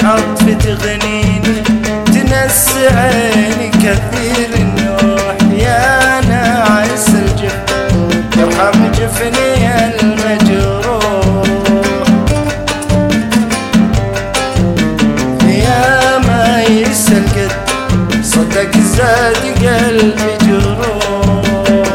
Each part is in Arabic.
عطف تغنيني تنسي عيني كثير النوح يا ناعس الجفن ارحم جفني المجروح يا ما يسأل قد صدق زاد قلبي جروح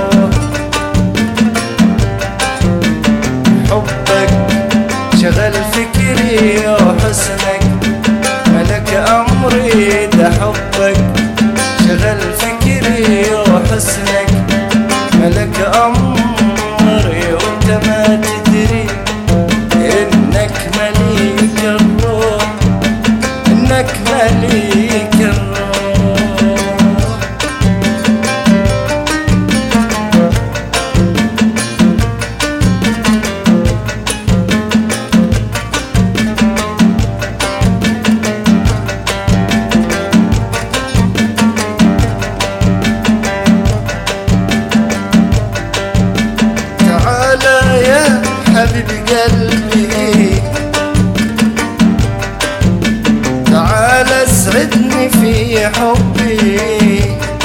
حبك شغل فكري وحسنك ملك أمري ده حبك شغل فكري وحسنك ملك أمري وانت ما تدري إنك مليك الروح إنك مليك الروح حبيب قلبي تعال اسعدني في حبي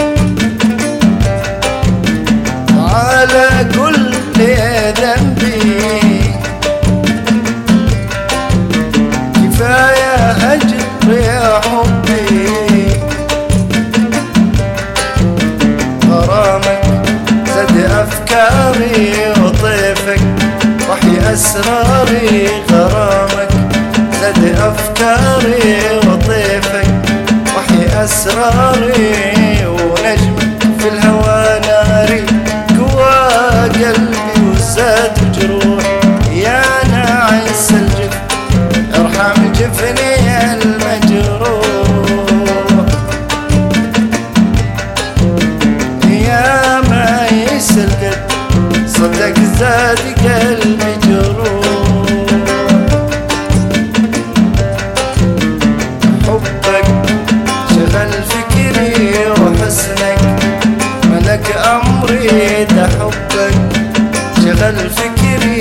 تعال قل لي ذنبي كفاية هجر يا حبي غرامك زاد أفكاري وطيفك وحي أسراري غرامك زاد أفكاري وطيفك وحي أسراري ونجمك في الهوى ناري قوى قلبي وزاد جروح يا ناعس الجفن ارحم جفني المجروح يا ما يسأل قد صدق زاد قلبي جروح حبك شغل فكري وحسنك ملك أمري ده حبك شغل فكري